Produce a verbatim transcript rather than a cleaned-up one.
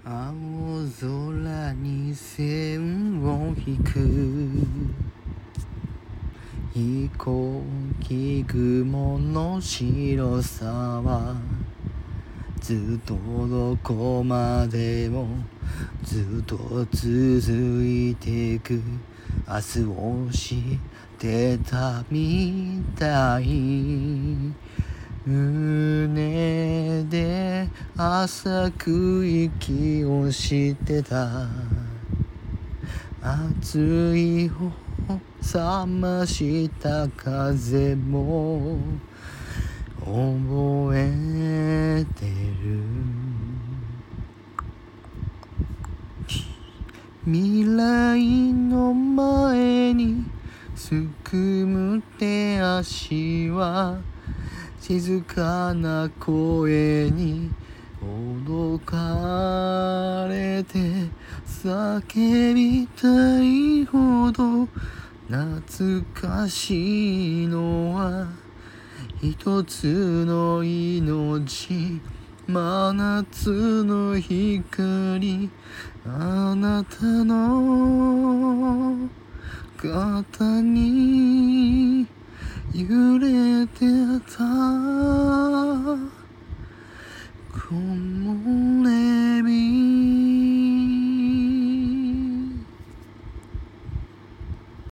青空に線を引く飛行機雲の白さはずっとどこまでもずっと続いてく明日を知ってたみたい胸で浅く息をしてた熱い方冷ました風も覚えてる未来の前にすくむ手足は静かな声に脅かれて叫びたいほど懐かしいのは一つの命真夏の光あなたの肩に揺れてた